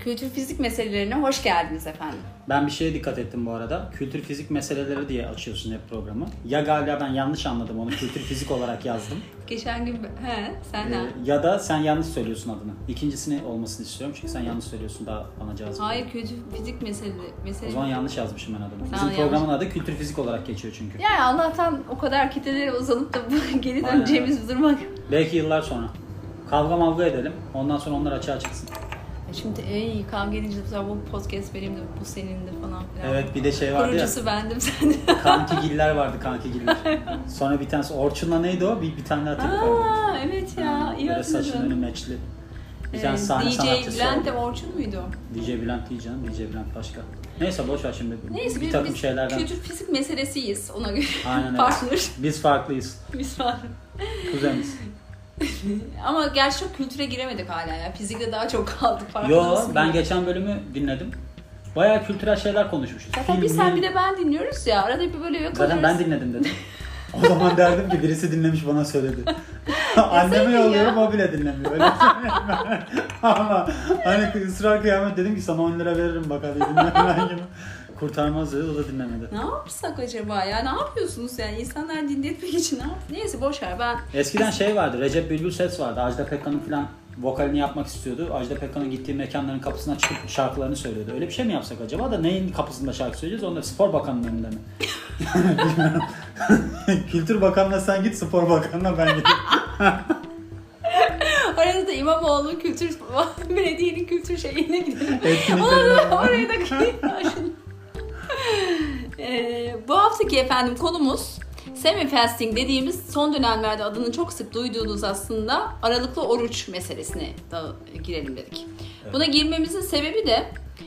Kültür fizik meselelerine hoş geldiniz efendim. Ben bir şeye dikkat ettim bu arada. Kültür fizik meseleleri diye açıyorsun hep programı. Ya galiba ben yanlış anladım onu, kültür fizik olarak yazdım. Geçen gün senden. Ya da sen yanlış söylüyorsun adını. İkincisini olmasını istiyorum çünkü sen yanlış söylüyorsun, daha bana cazip. Hayır, kültür fizik mesele. O zaman yanlış yazmışım ben adını. Sen Bizim programın adı kültür fizik olarak geçiyor çünkü. Yani Allah'tan o kadar kitlelere uzanıp da geri döneceğimiz durmak. Belki yıllar sonra. Kavga edelim. Ondan sonra onlar açığa çıksın. Şimdi kavga edince bu podcast benim de, bu senin de falan filan. Evet, bir de şey vardı Kurucusu ya. bendim, sen de. Kankigiller vardı, kankigiller. Sonra bir tanesi Orçun'la neydi o? Bir tane daha tip vardı. Evet ya, iyi böyle saçın önü meçli. Bir tane sahne sanatçısı. DJ Bülent de Orçun muydu? DJ Bülent değil canım, DJ Bülent başka. Neyse boş ver şimdi. Neyse, bir takım biz şeylerden. kültür fizik meselesiyiz ona göre. Aynen öyle. Partner. Biz farklıyız. Biz farklı. Kuzeniz. Ama gerçi çok kültüre giremedik hala ya. Fizikte daha çok kaldık. Yo, ben geçen bölümü dinledim. Bayağı kültürel şeyler konuşmuşuz. Zaten bir sen bir de ben dinliyoruz ya. Arada bir böyle yakalıyoruz. Zaten ben dinledim dedim. O zaman derdim ki birisi dinlemiş bana söyledi. Anneme yolluyorum, o bile dinlemiyor. Öyle ama hani ısrar kıyamet, dedim ki sana 10 lira veririm bak hadi dinle falan gibi. Kurtarmaz dedi, o da dinlemedi. Ne yapsak acaba ya? Ne yapıyorsunuz yani? İnsanlar dinletmek için ne yap? Neyse boş ver, ben... Eskiden şey vardı, Recep Bülbül Ses vardı. Ajda Pekkan'ın falan vokalini yapmak istiyordu. Ajda Pekkan'ın gittiği mekanların kapısına çıkıp şarkılarını söylüyordu. Öyle bir şey mi yapsak acaba da neyin kapısında şarkı söyleyeceğiz? Onda Spor Bakanı'nın önünde mi? Bilmiyorum. Kültür Bakanı'na sen git, Spor Bakanı'na ben gideyim. Arada da İmamoğlu kültür, belediyenin kültür şeyine gidelim. Etkinliklerine Oraya da bu haftaki efendim konumuz semi-fasting dediğimiz son dönemlerde adını çok sık duyduğunuz aslında aralıklı oruç meselesine da girelim dedik. Evet. Buna girmemizin sebebi de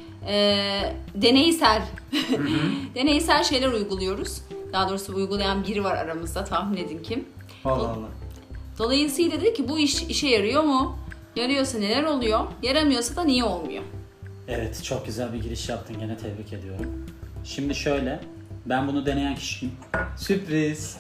deneysel şeyler uyguluyoruz. Daha doğrusu uygulayan biri var aramızda, tahmin edin kim? Allah Allah. Dolayısıyla dedik ki bu işe yarıyor mu? Yarıyorsa neler oluyor? Yaramıyorsa da niye olmuyor? Evet, çok güzel bir giriş yaptın, gene tebrik ediyorum. Şimdi şöyle, ben bunu deneyen kişiyim. Sürpriz.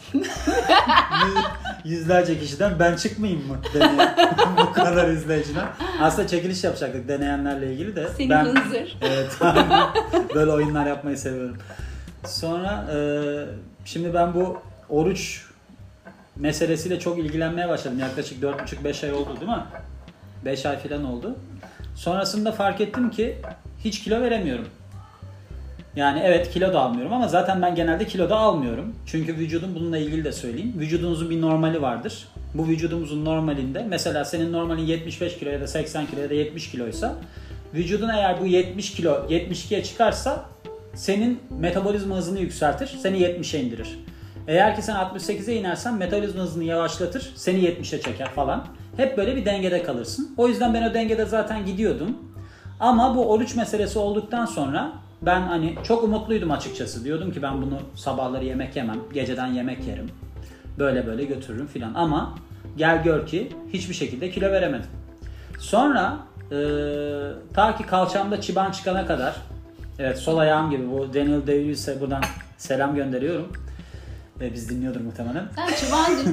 Yüzlerce kişiden ben çıkmayayım mı deneyen bu kadar izleyiciden. Aslında çekiliş yapacaktık deneyenlerle ilgili de. Senin hınzır. Evet, böyle oyunlar yapmayı seviyorum. Sonra şimdi ben bu oruç meselesiyle çok ilgilenmeye başladım. Yaklaşık 4,5-5 ay oldu değil mi? 5 ay falan oldu. Sonrasında fark ettim ki hiç kilo veremiyorum. Yani evet, kilo da almıyorum ama zaten ben genelde kilo da almıyorum. Çünkü vücudum, bununla ilgili de söyleyeyim. Vücudunuzun bir normali vardır. Bu vücudumuzun normalinde, mesela senin normalin 75 kilo ya da 80 kilo ya da 70 kiloysa, vücudun eğer bu 70 kilo 72'ye çıkarsa senin metabolizma hızını yükseltir, seni 70'e indirir. Eğer ki sen 68'e inersen metabolizma hızını yavaşlatır, seni 70'e çeker falan. Hep böyle bir dengede kalırsın. O yüzden ben o dengede zaten gidiyordum. Ama bu oruç meselesi olduktan sonra ben hani çok umutluydum açıkçası. Diyordum ki ben bunu sabahları yemek yemem, geceden yemek yerim. Böyle götürürüm filan. Ama gel gör ki hiçbir şekilde kilo veremedim. Sonra ta ki kalçamda çıban çıkana kadar, evet, sol ayağım gibi, bu Daniel Day-Lewis'e buradan selam gönderiyorum. Biz dinliyordur muhtemelen. Sen çıbancın.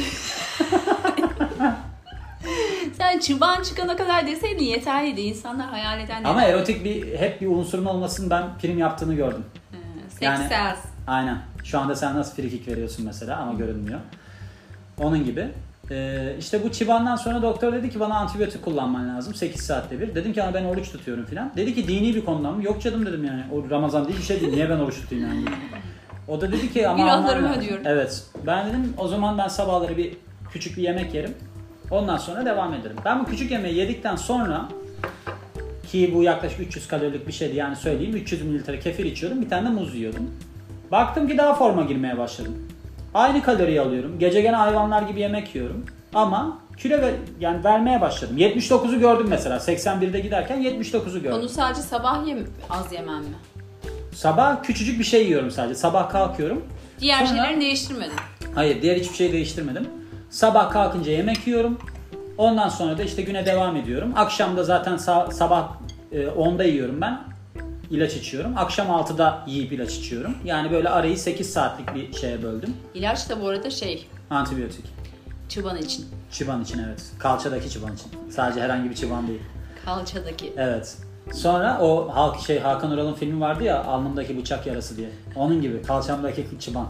Sen çıban çıkana kadar deseydin yeterliydi. İnsanlar hayal eden... Ama erotik hep bir unsurun olmasının ben prim yaptığını gördüm. Yani, aynen. Şu anda sen nasıl free kick veriyorsun mesela ama görünmüyor. Onun gibi. İşte bu çıbandan sonra doktor dedi ki bana antibiyotik kullanman lazım 8 saatte bir. Dedim ki ama ben oruç tutuyorum filan. Dedi ki dini bir konudan mı? Yok canım dedim yani. O Ramazan değil bir şey değil. Niye ben oruç tutayım yani? O da dedi ki ama... Günahlarımı ödüyorum. Evet. Ben dedim o zaman ben sabahları küçük bir yemek yerim. Ondan sonra devam ederim. Ben bu küçük yemeği yedikten sonra, ki bu yaklaşık 300 kalorilik bir şeydi yani söyleyeyim, 300 mililitre kefir içiyordum, bir tane de muz yiyordum. Baktım ki daha forma girmeye başladım. Aynı kaloriyi alıyorum. Gece gene hayvanlar gibi yemek yiyorum. Ama kilo yani vermeye başladım. 79'u gördüm mesela. 81'de giderken 79'u gördüm. Onu sadece sabah az yemem mi? Sabah küçücük bir şey yiyorum sadece. Sabah kalkıyorum. Diğer şeyleri değiştirmedin. Hayır, diğer hiçbir şey değiştirmedim. Sabah kalkınca yemek yiyorum. Ondan sonra da işte güne devam ediyorum. Akşamda zaten sabah 10'da yiyorum ben. İlaç içiyorum. Akşam 6'da yiyip ilaç içiyorum. Yani böyle arayı 8 saatlik bir şeye böldüm. İlaç da bu arada antibiyotik. Çıban için. Çıban için, evet. Kalçadaki çıban için. Sadece herhangi bir çıban değil. Kalçadaki. Evet. Sonra o Hakan Ural'ın filmi vardı ya, alnımdaki bıçak yarası diye. Onun gibi kalçamdaki çıban.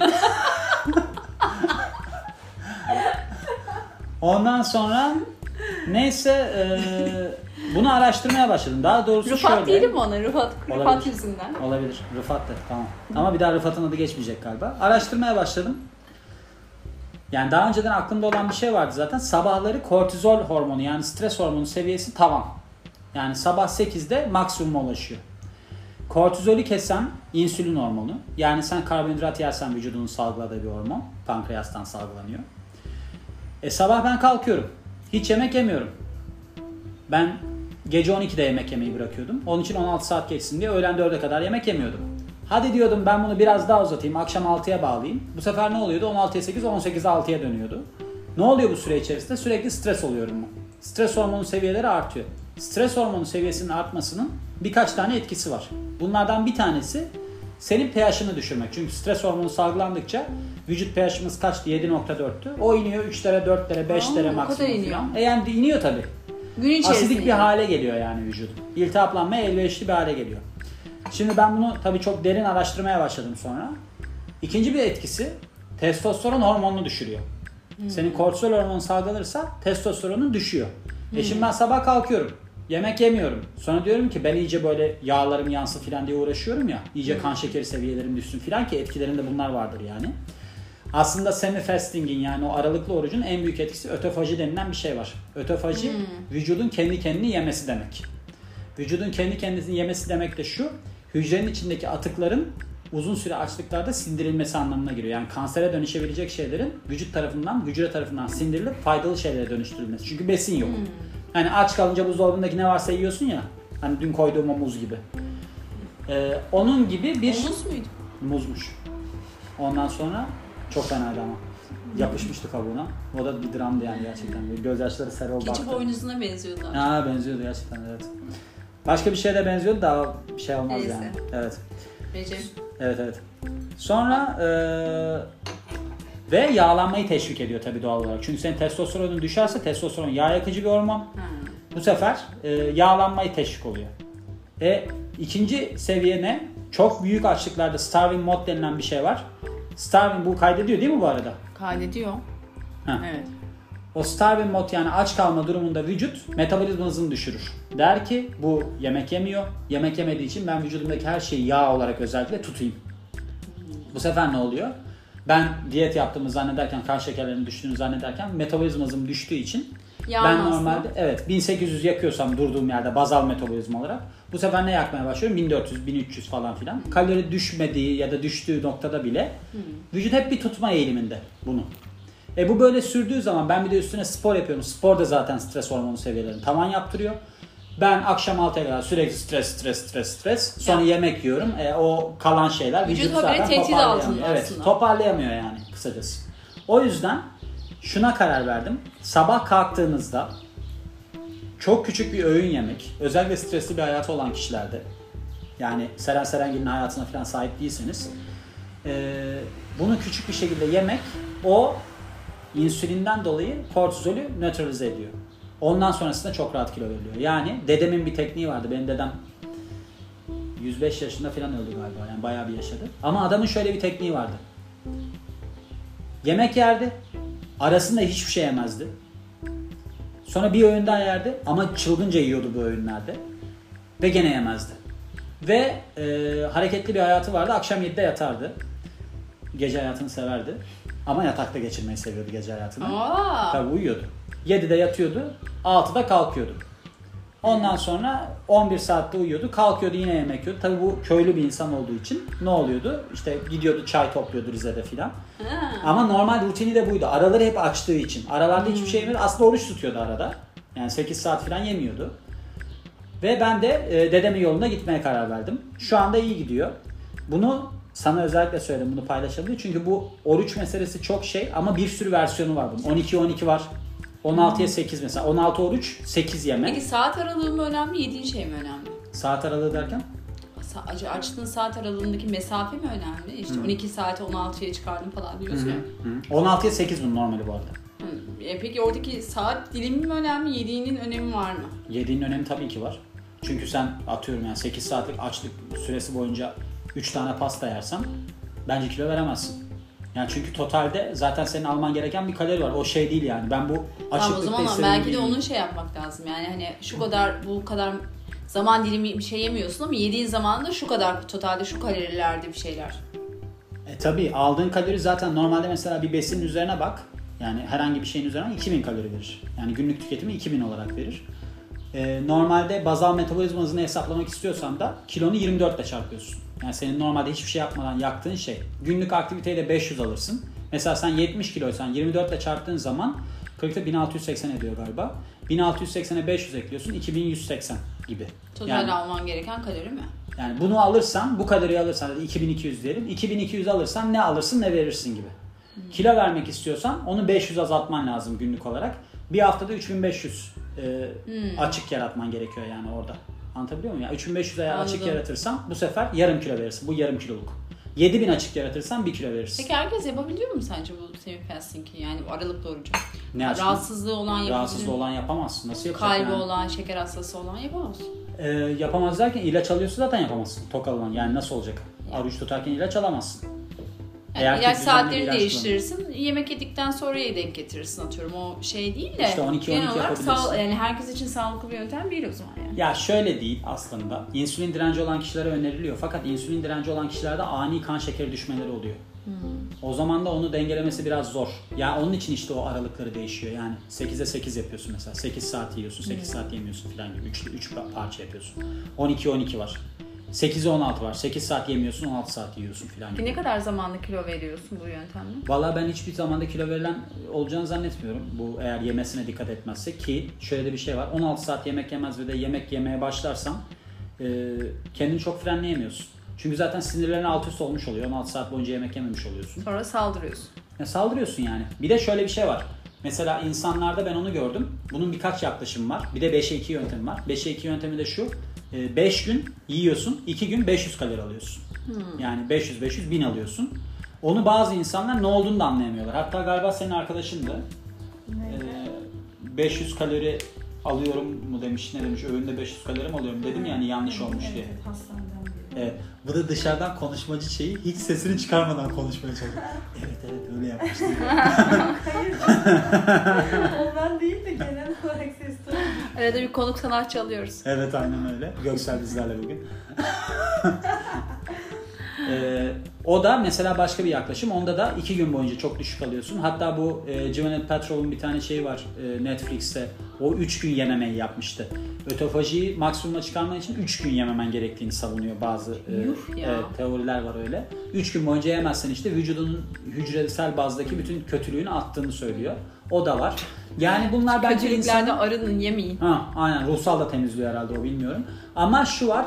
Ondan sonra neyse bunu araştırmaya başladım. Daha doğrusu Rıfat şöyle. değil mi ona? Rıfat yüzünden. Olabilir. Rıfat da tamam. Ama bir daha Rıfat'ın adı geçmeyecek galiba. Araştırmaya başladım. Yani daha önceden aklımda olan bir şey vardı zaten. Sabahları kortizol hormonu yani stres hormonu seviyesi tavan. Yani sabah 8'de maksimuma ulaşıyor. Kortizolü kesen insülin hormonu. Yani sen karbonhidrat yersen vücudunun salgıladığı bir hormon. Pankreastan salgılanıyor. Sabah ben kalkıyorum. Hiç yemek yemiyorum. Ben gece 12'de yemek yemeyi bırakıyordum. Onun için 16 saat geçsin diye öğlen 4'e kadar yemek yemiyordum. Hadi diyordum ben bunu biraz daha uzatayım. Akşam 6'ya bağlayayım. Bu sefer ne oluyordu? 16'ya 8, 18'e 6'ya dönüyordu. Ne oluyor bu süre içerisinde? Sürekli stres oluyorum. Stres hormonu seviyeleri artıyor. Stres hormonu seviyesinin artmasının birkaç tane etkisi var. Bunlardan bir tanesi senin pH'ını düşürmek. Çünkü stres hormonu salgılandıkça vücut pH'imiz kaçtı? 7.4'tü. O iniyor 3'lere, 4'lere, 5'lere maksimum falan. Yani iniyor tabii. Asidik bir hale geliyor yani vücudun. İltihaplanmaya elverişli bir hale geliyor. Şimdi ben bunu tabii çok derin araştırmaya başladım sonra. İkinci bir etkisi testosteron hormonunu düşürüyor. Senin kortizol hormonu salgılanırsa testosteronun düşüyor. Şimdi ben sabah kalkıyorum. Yemek yemiyorum. Sonra diyorum ki ben iyice böyle yağlarım yansın filan diye uğraşıyorum ya. İyice kan şekeri seviyelerim düşsün filan ki etkilerinde bunlar vardır yani. Aslında semi-fasting'in yani o aralıklı orucun en büyük etkisi ötofaji denilen bir şey var. Ötofaji vücudun kendi kendini yemesi demek. Vücudun kendi kendini yemesi demek de şu. Hücrenin içindeki atıkların uzun süre açlıklarda sindirilmesi anlamına geliyor. Yani kansere dönüşebilecek şeylerin hücre tarafından sindirilip faydalı şeylere dönüştürülmesi. Çünkü besin yok. Hani aç kalınca buzdolabındaki ne varsa yiyorsun ya. Hani dün koyduğum o muz gibi. Onun gibi bir... Muz muydu? Muzmuş. Ondan sonra çok fenaydı ama. Yapışmıştı kabuğuna. O da bir dramdı yani gerçekten. Böyle gözyaşları seri oldu. Keçi boynuzuna benziyordu. Benziyordu gerçekten evet. Başka bir şeye de benziyordu da bir şey olmaz yani. Evet. Recep. Evet. Sonra ve yağlanmayı teşvik ediyor tabii doğal olarak. Çünkü senin testosteronun düşerse testosteron yağ yakıcı bir hormon. Bu sefer yağlanmayı teşvik oluyor. İkinci seviye ne? Çok büyük açlıklarda starving mode denilen bir şey var. Starving bu kaydediyor değil mi bu arada? Kaydediyor. Evet. O starving mode yani aç kalma durumunda vücut metabolizma hızını düşürür. Der ki bu yemek yemiyor. Yemek yemediği için ben vücudumdaki her şeyi yağ olarak özellikle tutayım. Bu sefer ne oluyor? Ben diyet yaptığımı zannederken, kan şekerlerinin düştüğünü zannederken metabolizma hızım düştüğü için ben normalde 1800 yakıyorsam durduğum yerde bazal metabolizma olarak bu sefer ne yakmaya başlıyorum? 1400, 1300 falan filan. Kalori düşmediği ya da düştüğü noktada bile vücut hep bir tutma eğiliminde bunu. Bu böyle sürdüğü zaman ben bir de üstüne spor yapıyorum. Spor da zaten stres hormonu seviyelerini tavan yaptırıyor. Ben akşam 6'ya kadar sürekli stres. Sonra yemek yiyorum. O kalan şeyler vücut zaten toparlayamıyor. Evet, toparlayamıyor yani kısacası. O yüzden şuna karar verdim. Sabah kalktığınızda çok küçük bir öğün yemek, özellikle stresli bir hayatı olan kişilerde, yani Seren Serengil'in hayatına falan sahip değilseniz, bunu küçük bir şekilde yemek o insülinden dolayı kortizolü nötralize ediyor. Ondan sonrasında çok rahat kilo veriliyor. Yani dedemin bir tekniği vardı. Benim dedem 105 yaşında falan öldü galiba. Yani bayağı bir yaşadı. Ama adamın şöyle bir tekniği vardı. Yemek yerdi. Arasında hiçbir şey yemezdi. Sonra bir öğün daha yerdi. Ama çılgınca yiyordu bu öğünlerde. Ve gene yemezdi. Ve hareketli bir hayatı vardı. Akşam 7'de yatardı. Gece hayatını severdi. Ama yatakta geçirmeyi seviyordu gece hayatını. Tabii uyuyordu. 7'de yatıyordu, 6'da kalkıyordu. Ondan sonra 11 saatte uyuyordu, kalkıyordu yine yemek yiyordu. Tabii bu köylü bir insan olduğu için ne oluyordu? İşte gidiyordu çay topluyordu Rize'de filan. Ama normal rutini de buydu. Araları hep açtığı için. Aralarda hiçbir şey yemiyordu. Aslında oruç tutuyordu arada. Yani 8 saat filan yemiyordu. Ve ben de dedemin yolunda gitmeye karar verdim. Şu anda iyi gidiyor. Bunu sana özellikle söyledim, bunu paylaşabilirim. Çünkü bu oruç meselesi çok ama bir sürü versiyonu var bunun. 12 var. 16'ya 8 mesela. 16 oruç, 8 yemek. Peki saat aralığı mı önemli, yediğin şey mi önemli? Saat aralığı derken? Açtığın saat aralığındaki mesafe mi önemli? İşte 12 saate 16'ya çıkardım falan diyorsun ya. 16'ya 8 bunun normali bu arada. Peki oradaki saat dilimi mi önemli, yediğinin önemi var mı? Yediğinin önemi tabii ki var. Çünkü sen atıyorum yani 8 saatlik açlık süresi boyunca 3 tane pasta yersen bence kilo veremezsin. Yani çünkü totalde zaten senin alman gereken bir kalori var. O şey değil yani. Ben bu açıklıkta tamam, o zaman belki de onun şey yapmak lazım. Yani hani şu kadar bu kadar zaman dilimi bir şey yemiyorsun ama yediğin zaman da şu kadar totalde şu kalorilerde bir şeyler. Tabii aldığın kalori zaten normalde mesela bir besinin üzerine bak. Yani herhangi bir şeyin üzerine 2000 kalori verir. Yani günlük tüketimi 2000 olarak verir. Normalde bazal metabolizma hızını hesaplamak istiyorsan da kilonu 24 ile çarpıyorsun. Yani senin normalde hiçbir şey yapmadan yaktığın şey. Günlük aktiviteyi de 500 alırsın. Mesela sen 70 kiloysan 24 ile çarptığın zaman 40'ta 1680 ediyor galiba. 1680'e 500 ekliyorsun 2180 gibi. Total yani, alman gereken kalori mi? Yani bunu alırsan, bu kaloriyi alırsan, 2200 diyelim. 2200 alırsan ne alırsın ne verirsin gibi. Kilo vermek istiyorsan onu 500 azaltman lazım günlük olarak. Bir haftada 3500 açık yaratman gerekiyor yani orada. Anlatabiliyor muyum? Yani 3500 eğer açık yaratırsan bu sefer yarım kilo verirsin. Bu yarım kiloluk. 7000 açık yaratırsan 1 kilo verirsin. Peki herkes yapabiliyor mu sence bu semi-fasting'i? Yani aralıklı orucu? Ne açık? Rahatsızlığı olan yapabilir. Rahatsızlığı olan yapamazsın. Nasıl yapacak Kalbi yani? olan, şeker hastası olan yapamaz. Yapamaz derken ilaç alıyorsa zaten yapamazsın. Tok alınan. Yani nasıl olacak? Oruç tutarken ilaç alamazsın. Yani ilaç saatlerini değiştirirsin. Yemek yedikten sonraya denk getirirsin atıyorum. O şey değil de. İşte 12-12 yapabilirsin. Yani herkes için sağlıklı bir yöntem değil o zaman yani. Ya şöyle değil aslında. İnsülin direnci olan kişilere öneriliyor. Fakat insülin direnci olan kişilerde ani kan şekeri düşmeleri oluyor. O zaman da onu dengelemesi biraz zor. Yani onun için işte o aralıkları değişiyor. Yani 8'e 8 yapıyorsun mesela. 8 saat yiyorsun, 8 saat yemiyorsun falan gibi. 3 parça yapıyorsun. 12-12 var. 8'e 16 var. 8 saat yemiyorsun, 16 saat yiyorsun falan gibi. Ne kadar zamanlı kilo veriyorsun bu yöntemle? Valla ben hiçbir zamanda kilo verilen olacağını zannetmiyorum. Bu eğer yemesine dikkat etmezse, ki şöyle de bir şey var. 16 saat yemek yemez ve de yemek yemeye başlarsan kendini çok frenleyemiyorsun. Çünkü zaten sinirlerin alt üst olmuş oluyor. 16 saat boyunca yemek yememiş oluyorsun. Sonra saldırıyorsun. Saldırıyorsun yani. Bir de şöyle bir şey var. Mesela insanlarda ben onu gördüm. Bunun birkaç yaklaşımı var. Bir de 5'e 2 yöntemi var. 5'e 2 yöntemi de şu. 5 gün yiyorsun, 2 gün 500 kalori alıyorsun. Yani 500 1000 alıyorsun. Onu bazı insanlar ne olduğunu da anlayamıyorlar. Hatta galiba senin arkadaşındı. 500 kalori alıyorum mu demiş, ne demiş, öğünde 500 kalori mi alıyorum dedim yani yanlış olmuş diye. Evet, hastaneden beri. Evet. Bu da dışarıdan konuşmacı şeyi hiç sesini çıkarmadan konuşmaya çalışıyor. Evet öyle yapmıştım. Hayır. O ben değil de genel olarak ses tonu. Arada bir konuk sanatçı alıyoruz. Evet aynen öyle. Göksel bizlerle bugün. O da mesela başka bir yaklaşım. Onda da 2 gün boyunca çok düşük alıyorsun. Hatta bu Gwyneth Paltrow'un bir tane şeyi var Netflix'te. O 3 gün yememeyi yapmıştı. Ötofajiyi maksimuma çıkarman için 3 gün yememen gerektiğini savunuyor bazı teoriler var öyle. 3 gün boyunca yemezsen işte vücudunun hücresel bazdaki bütün kötülüğünü attığını söylüyor. O da var. Yani bunlar bence kötülüklerde insanın... arının, yemeyin. Aynen ruhsal da temizliyor herhalde o, bilmiyorum. Ama şu var,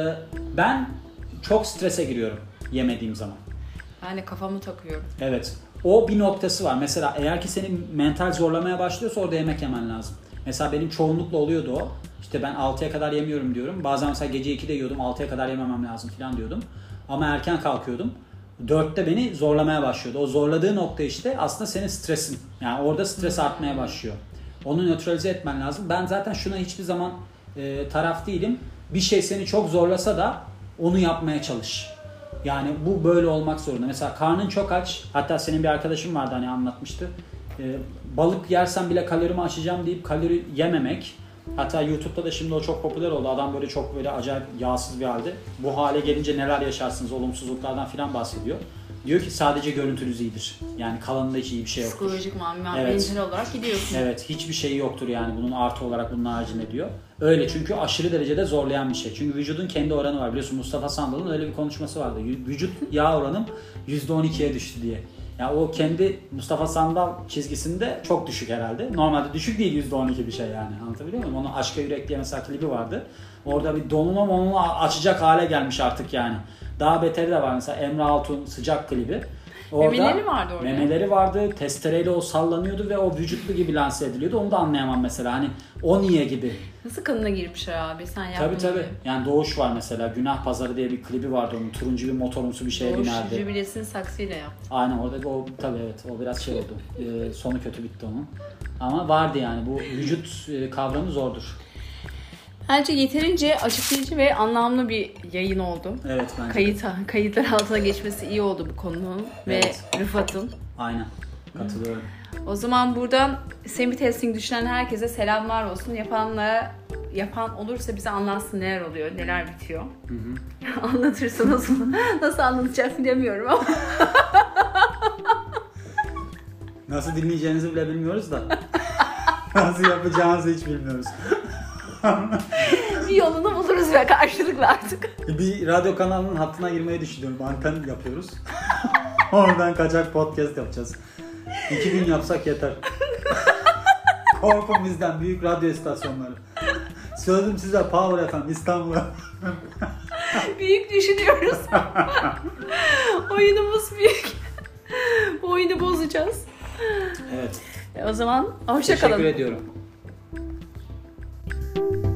ben çok strese giriyorum yemediğim zaman. Ben de kafamı takıyorum. Evet. O bir noktası var. Mesela eğer ki seni mental zorlamaya başlıyorsa orada yemek yemen lazım. Mesela benim çoğunlukla oluyordu o. İşte ben 6'ya kadar yemiyorum diyorum. Bazen mesela gece 2'de yiyordum. 6'ya kadar yememem lazım falan diyordum. Ama erken kalkıyordum. 4'te beni zorlamaya başlıyordu. O zorladığı nokta işte aslında senin stresin. Yani orada stres artmaya başlıyor. Onu nötralize etmen lazım. Ben zaten şuna hiçbir zaman taraf değilim. Bir şey seni çok zorlasa da onu yapmaya çalış. Yani bu böyle olmak zorunda. Mesela karnın çok aç. Hatta senin bir arkadaşın vardı hani anlatmıştı. Balık yersen bile kalorimi aşacağım deyip kalori yememek. Hatta YouTube'da da şimdi o çok popüler oldu. Adam böyle çok böyle acayip yağsız bir halde. Bu hale gelince neler yaşarsınız, olumsuzluklardan filan bahsediyor. Diyor ki sadece görüntünüz iyidir. Yani kalanında hiç iyi bir şey yoktur. Psikolojik mental olarak gidiyorsun. Evet, hiçbir şeyi yoktur yani bunun artı olarak bunun haricinde diyor. Öyle çünkü aşırı derecede zorlayan bir şey. Çünkü vücudun kendi oranı var. Biliyorsun Mustafa Sandal'ın öyle bir konuşması vardı. Vücut yağ oranım %12'ye düştü diye. Yani o kendi Mustafa Sandal çizgisinde çok düşük herhalde. Normalde düşük değil, %12 bir şey yani. Anlatabiliyor muyum? Onun Aşka Yürek diye mesela klibi vardı. Orada bir donunu açacak hale gelmiş artık yani. Daha beteri de var mesela Emre Altun Sıcak klibi. Orada memeleri vardı orada. Memeleri vardı. Testereyle o sallanıyordu ve o vücutlu gibi lanse ediliyordu. Onu da anlayamam mesela. Hani o niye gibi. Nasıl kanına girmişler abi? Sen yapma. Tabii. Yani Doğuş var mesela. Günah Pazarı diye bir klibi vardı onun. Turuncu bir motorumsu bir şeye binerdi. Doğuş jübilesini saksıyla yaptı. Aynen orada o tabii evet. O biraz şey oldu. Sonu kötü bitti onun. Ama vardı yani. Bu vücut kavramı zordur. Bence yeterince açıklayıcı ve anlamlı bir yayın oldu. Evet bence. Kayıtlar altına geçmesi iyi oldu bu konunun Evet. ve Rıfat'ın. Aynen. Katılıyorum. O zaman buradan semi-testing düşünen herkese selamlar olsun. Yapan olursa bize anlatsın neler oluyor, neler bitiyor. Anlatırsa nasıl anlatacak bilemiyorum ama. Nasıl dinleyeceğinizi bile bilmiyoruz da. Nasıl yapacağınızı hiç bilmiyoruz. Bir yolunu buluruz ve karşılıklı artık. Bir radyo kanalının hattına girmeyi düşünüyorum. Anten yapıyoruz. Oradan kaçak podcast yapacağız. 2 gün yapsak yeter. Korkun bizden, büyük radyo istasyonları. Sözüm size Power FM İstanbul'a. Büyük düşünüyoruz. Oyunumuz büyük. Bu oyunu bozacağız. Evet. O zaman hoşça kalın. Teşekkür ediyorum.